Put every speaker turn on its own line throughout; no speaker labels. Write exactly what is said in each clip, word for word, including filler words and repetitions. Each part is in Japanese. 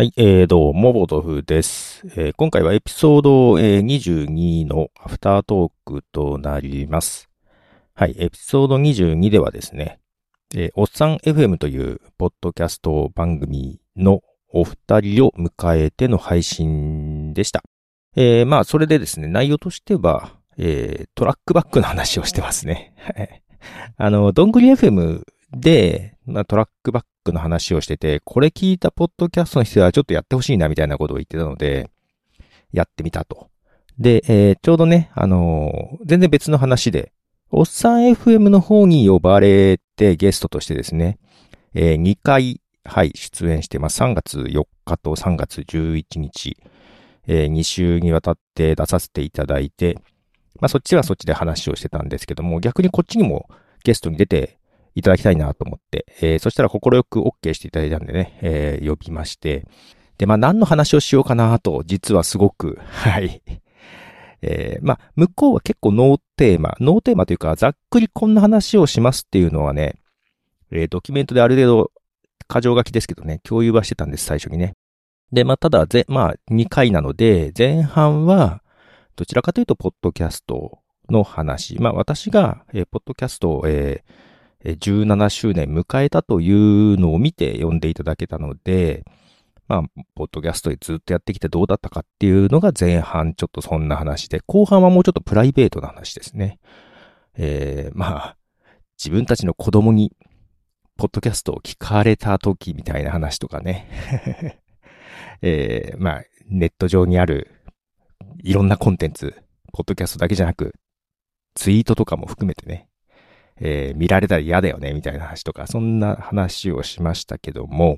はい、えー、どうも、ボトフです。えー今回はエピソード、えーにじゅうにのアフタートークとなります。はい、エピソードにじゅうにではですね、えーおっさん エフエム というポッドキャスト番組のお二人を迎えての配信でした。えー、まあ、それでですね、内容としては、えー、トラックバックの話をしてますね。あの、どんぐり エフエム で、まあ、トラックバックの話をしてて、これ聞いたポッドキャストの人はちょっとやってほしいなみたいなことを言ってたので、やってみたと。で、えーちょうどね、あのー全然別の話で、おっさん エフエム の方に呼ばれてゲストとしてですね、えーにかい、はい、出演してます。さんがつよっかとさんがつじゅういちにち、えーに週にわたって出させていただいて、まあそっちはそっちで話をしてたんですけども、逆にこっちにもゲストに出ていただきたいなと思って、えーそしたら快く OK していただいたんでね、えー呼びまして、で、まあ何の話をしようかなと、実はすごく、はい。えーまあ向こうは結構ノーテーマ、ノーテーマというかざっくりこんな話をしますっていうのはね、えードキュメントである程度、箇条書きですけどね、共有はしてたんです、最初にね。で、まあただ、ぜ、まあにかいなので、前半は、どちらかというと、ポッドキャストの話。まあ、私が、えーポッドキャストを、えーえーじゅうななしゅうねん迎えたというのを見て読んでいただけたので、まあ、ポッドキャストでずっとやってきてどうだったかっていうのが前半ちょっとそんな話で、後半はもうちょっとプライベートな話ですね。えー、まあ、自分たちの子供に、ポッドキャストを聞かれた時みたいな話とかね。えー、まあ、ネット上にあるいろんなコンテンツ、ポッドキャストだけじゃなく、ツイートとかも含めてね、えー見られたら嫌だよね、みたいな話とか、そんな話をしましたけども、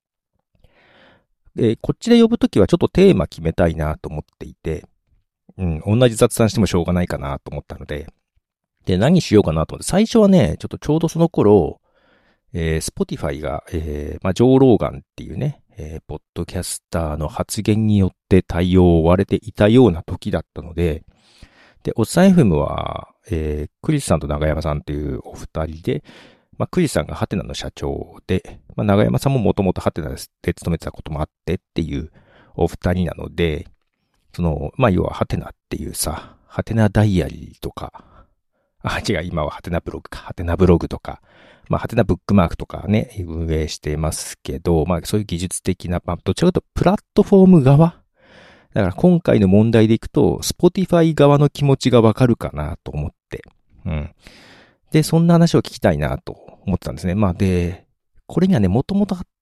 えーこっちで呼ぶときはちょっとテーマ決めたいなと思っていて、うん、同じ雑談してもしょうがないかなと思ったので、で、何しようかなと思って、最初はね、ちょっとちょうどその頃、えー、Spotify が、えー、まあ、ジョー・ローガンっていうね、えー、ポッドキャスターの発言によって対応を追われていたような時だったので、で、おっさん エフエム は、えー、クリスさんと長山さんっていうお二人で、まあ、クリスさんがハテナの社長で、まあ、長山さんももともとハテナで勤めてたこともあってっていうお二人なので、その、まあ、要はハテナっていうさ、ハテナダイアリーとか、あ、違う、今はハテナブログか、ハテナブログとか、まあ、ハテナブックマークとかね、運営してますけど、まあ、そういう技術的な、まあ、どちらかというとプラットフォーム側だから今回の問題でいくと、Spotify 側の気持ちがわかるかなと思って。うん。で、そんな話を聞きたいなと思ってたんですね。まあで、これにはね、もともとあって、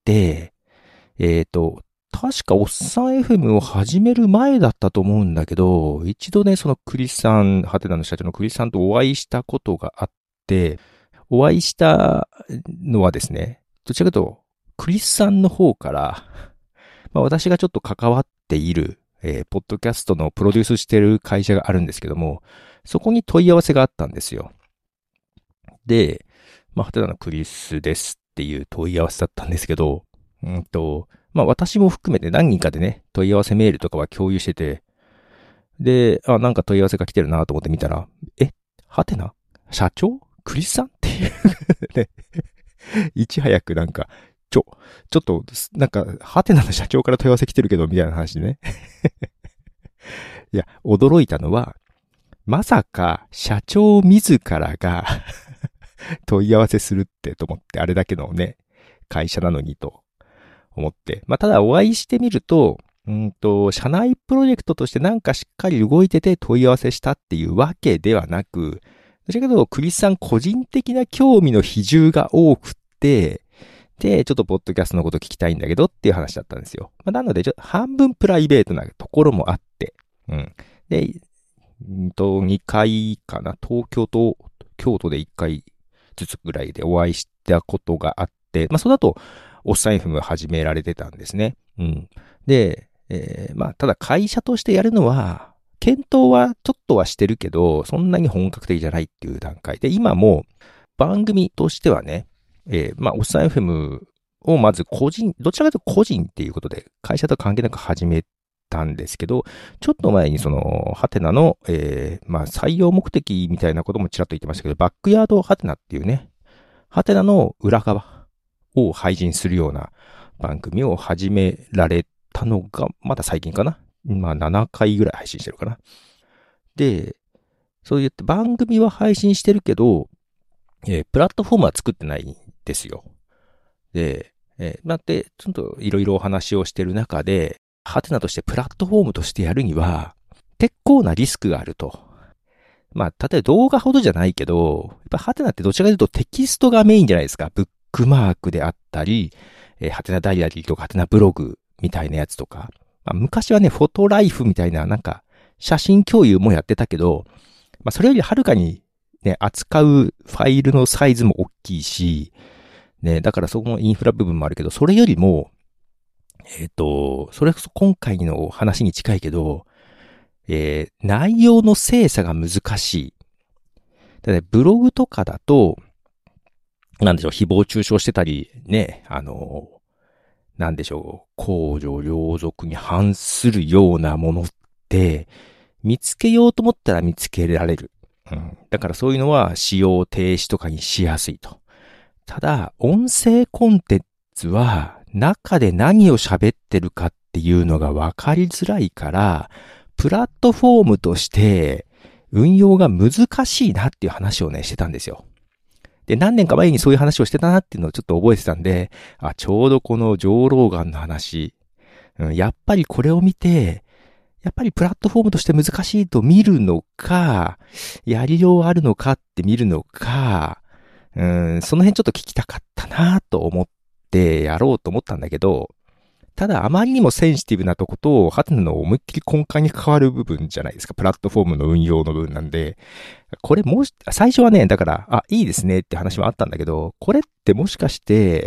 えっと、確かおっさん エフエム を始める前だったと思うんだけど、一度ね、そのクリスさん、ハテナの社長のクリスさんとお会いしたことがあって、お会いしたのはですね、どちらかというと、クリスさんの方から、まあ私がちょっと関わっているえー、ポッドキャストのプロデュースしてる会社があるんですけども、そこに問い合わせがあったんですよ。で、まあ、はてなのクリスですっていう問い合わせだったんですけど、うんと、まあ、私も含めて何人かでね、問い合わせメールとかは共有してて、で、あ、なんか問い合わせが来てるなと思って見たら、え、はてな社長クリスさんっていうね、いち早くなんか、ちょ、ちょっと、なんか、ハテナの社長から問い合わせ来てるけど、みたいな話でね。いや、驚いたのは、まさか社長自らが問い合わせするってと思って、あれだけのね、会社なのにと思って。まあ、ただお会いしてみると、うんと、社内プロジェクトとしてなんかしっかり動いてて問い合わせしたっていうわけではなく、だけど、クリスさん個人的な興味の比重が多くって、で、ちょっとポッドキャストのこと聞きたいんだけどっていう話だったんですよ。まあ、なので、ちょっと半分プライベートなところもあって、うん。で、んと、にかいかな。東京と京都でいっかいずつぐらいでお会いしたことがあって、まあ、その後、おっさん エフエム 始められてたんですね。うん。で、えー、まあ、ただ会社としてやるのは、検討はちょっとはしてるけど、そんなに本格的じゃないっていう段階で、今も番組としてはね、えー、まあ、おっさん エフエム をまず個人、どちらかというと個人っていうことで、会社と関係なく始めたんですけど、ちょっと前にその、ハテナの、えー、まあ、採用目的みたいなこともちらっと言ってましたけど、バックヤードハテナっていうね、ハテナの裏側を配信するような番組を始められたのが、まだ最近かな。まあななかいぐらい配信してるかな。で、そう言って番組は配信してるけど、えー、プラットフォームは作ってないんですよ。で、えー、だって、ちょっといろいろお話をしてる中で、ハテナとしてプラットフォームとしてやるには、結構なリスクがあると。まあ、例えば動画ほどじゃないけど、やっぱハテナってどちらかというとテキストがメインじゃないですか。ブックマークであったり、えー、ハテナダイアリーとかハテナブログみたいなやつとか。まあ、昔はね、フォトライフみたいな、なんか、写真共有もやってたけど、まあ、それよりはるかにね、扱うファイルのサイズも大きいし、ね、だからそこのインフラ部分もあるけど、それよりも、えっと、それこそ今回の話に近いけど、えー、内容の精査が難しい。だってブログとかだと、なんでしょう、誹謗中傷してたり、ね、あの、なんでしょう、公序良俗に反するようなものって、見つけようと思ったら見つけられる。うん。だからそういうのは使用停止とかにしやすいと。ただ、音声コンテンツは中で何を喋ってるかっていうのが分かりづらいから、プラットフォームとして運用が難しいなっていう話をね、してたんですよ。で、何年か前にそういう話をしてたなっていうのをちょっと覚えてたんで、あ、ちょうどこの上ローガンの話、うん、やっぱりこれを見て、やっぱりプラットフォームとして難しいと見るのか、やりようあるのかって見るのか、うん、その辺ちょっと聞きたかったなと思ってやろうと思ったんだけど、ただあまりにもセンシティブなとこと、ハテナの思いっきり根幹に変わる部分じゃないですか。プラットフォームの運用の部分なんで。これもし、最初はね、だから、あ、いいですねって話はあったんだけど、これってもしかして、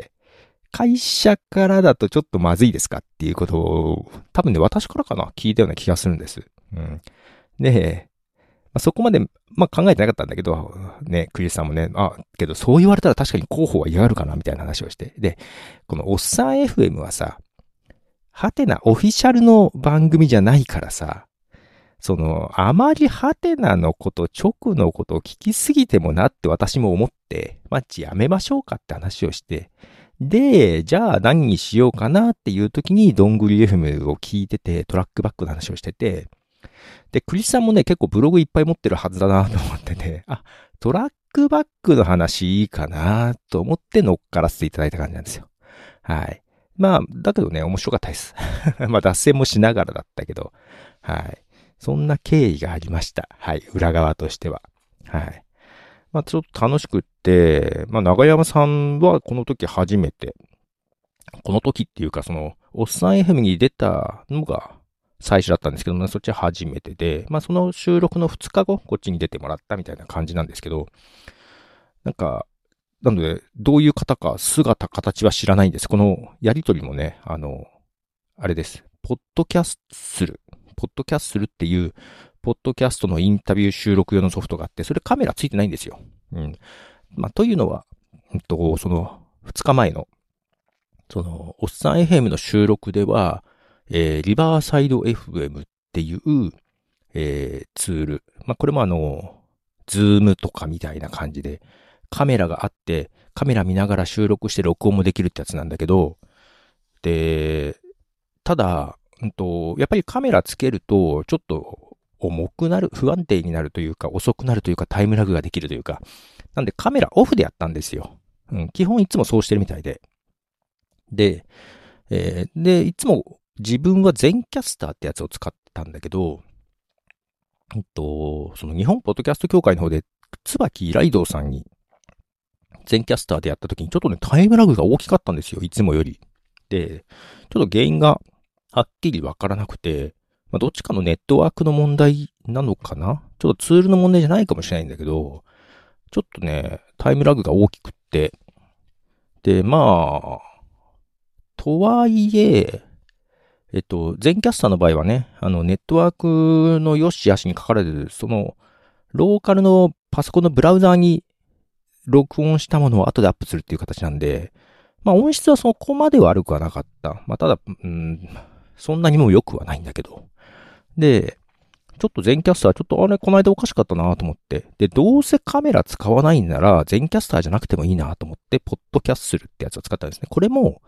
会社からだとちょっとまずいですかっていうことを、多分ね、私からかな聞いたような気がするんです。うん。で、まあ、そこまで、まあ、考えてなかったんだけど、ね、クリスさんもね、あ、けどそう言われたら確かに広報は嫌がるかなみたいな話をして。で、このおっさん エフエム はさ、ハテナオフィシャルの番組じゃないからさ、その、あまりハテナのこと、直のことを聞きすぎてもなって私も思って、まあ、やめましょうかって話をして、で、じゃあ何にしようかなっていう時に、どんぐり エフエム を聞いてて、トラックバックの話をしてて、で、クリスさんもね、結構ブログいっぱい持ってるはずだなと思ってて、あ、トラックバックの話いいかなと思って乗っからせていただいた感じなんですよ。はい。まあ、だけどね、面白かったです。まあ、脱線もしながらだったけど、はい。そんな経緯がありました。はい。裏側としては。はい。まあ、ちょっと楽しくって、まあ、長山さんはこの時初めて、この時っていうか、その、おっさん エフエム に出たのが最初だったんですけどね、そっちは初めてで、まあ、その収録のふつかご、こっちに出てもらったみたいな感じなんですけど、なんか、なので、どういう方か姿、形は知らないんです。このやりとりもね、あの、あれです。ポッドキャストする。ポッドキャストするっていう、ポッドキャストのインタビュー収録用のソフトがあって、それカメラついてないんですよ。うん。まあ、というのは、うんと、その、ふつかまえの、その、おっさん エフエム の収録では、えー、リバーサイド エフエム っていう、えー、ツール。まあ、これもあの、ズームとかみたいな感じで、カメラがあって、カメラ見ながら収録して録音もできるってやつなんだけど、で、ただ、うんと、やっぱりカメラつけると、ちょっと重くなる、不安定になるというか、遅くなるというか、タイムラグができるというか、なんでカメラオフでやったんですよ。うん、基本いつもそうしてるみたいで。で、えー、で、いつも自分は全キャスターってやつを使ってたんだけど、えっと、その日本ポッドキャスト協会の方で、椿ライドウさんに全キャスターでやった時にちょっとね、タイムラグが大きかったんですよ。いつもより。で、ちょっと原因がはっきりわからなくて、まあ、どっちかのネットワークの問題なのかな？ちょっとツールの問題じゃないかもしれないんだけど、ちょっとね、タイムラグが大きくって、で、まあ、とはいえ、えっと、全キャスターの場合はね、あの、ネットワークの良し悪しに書かれてる、その、ローカルのパソコンのブラウザーに録音したものを後でアップするっていう形なんで、まあ音質はそこまで悪くはなかった。まあただ、うん、そんなにも良くはないんだけど。で、ちょっと全キャスター、ちょっとあれ、この間おかしかったなと思って。で、どうせカメラ使わないんなら、全キャスターじゃなくてもいいなと思って、ポッドキャッスルってやつを使ったんですね。これも、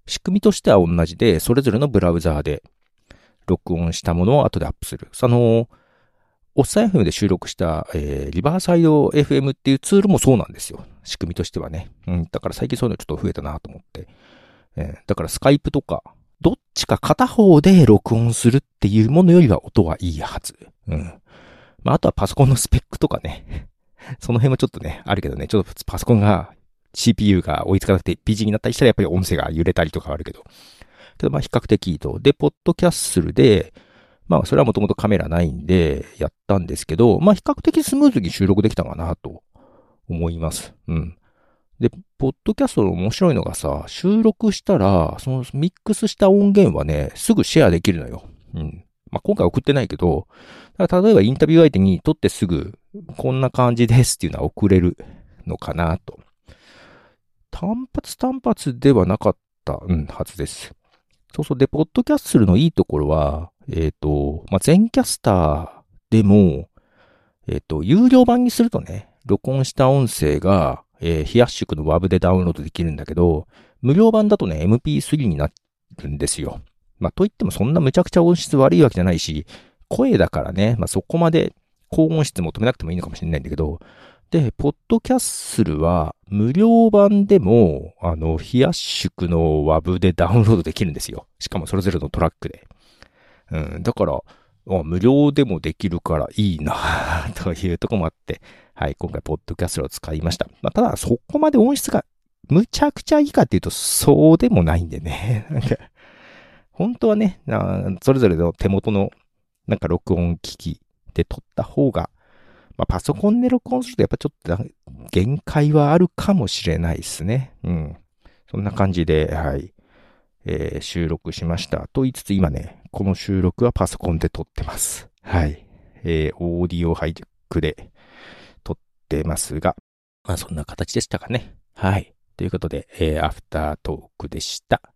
仕組みとしては同じで、それぞれのブラウザーで録音したものを後でアップする。その、おっさん エフエム で収録した、えー、リバーサイド エフエム っていうツールもそうなんですよ。仕組みとしてはね。うん。だから最近そういうのちょっと増えたなと思って。えー、だからスカイプとか、どっちか片方で録音するっていうものよりは音はいいはず。うん。まあ、あとはパソコンのスペックとかね。その辺もちょっとね、あるけどね、ちょっとパソコンが シーピーユー が追いつかなくて ピージー になったりしたらやっぱり音声が揺れたりとかあるけど。けどまあ比較的いいと。で、ポッドキャッスルで、まあそれはもともとカメラないんでやったんですけど、まあ比較的スムーズに収録できたかなと思います。うん。で、ポッドキャストの面白いのがさ、収録したら、そのミックスした音源はね、すぐシェアできるのよ。うん。まあ今回送ってないけど、例えばインタビュー相手に撮ってすぐ、こんな感じですっていうのは送れるのかなと。単発単発ではなかった、うん、はずです。そうそう。で、ポッドキャッスルのいいところは、えっ、と、まあ、全キャスターでも、えっ、と、有料版にするとね、録音した音声が、えー、非圧縮の ダブ でダウンロードできるんだけど、無料版だとね、エムピースリー になるんですよ。まあ、といってもそんなむちゃくちゃ音質悪いわけじゃないし、声だからね、まあ、そこまで高音質求めなくてもいいのかもしれないんだけど、で、ポッドキャッスルは無料版でも、あの、非圧縮の ダブ でダウンロードできるんですよ。しかもそれぞれのトラックで。うん、だから、無料でもできるからいいなというところもあって、はい、今回ポッドキャストを使いました。まあ、ただ、そこまで音質がむちゃくちゃいいかっていうと、そうでもないんでね。なんか、本当はね、それぞれの手元の、なんか録音機器で撮った方が、まあ、パソコンで録音するとやっぱちょっと限界はあるかもしれないですね。うん。そんな感じで、はい。えー、収録しました。と言いつつ今ね、この収録はパソコンで撮ってます。はい。えー、オーディオハイジャックで撮ってますが、まあそんな形でしたかね。はい。ということで、えー、アフタートークでした。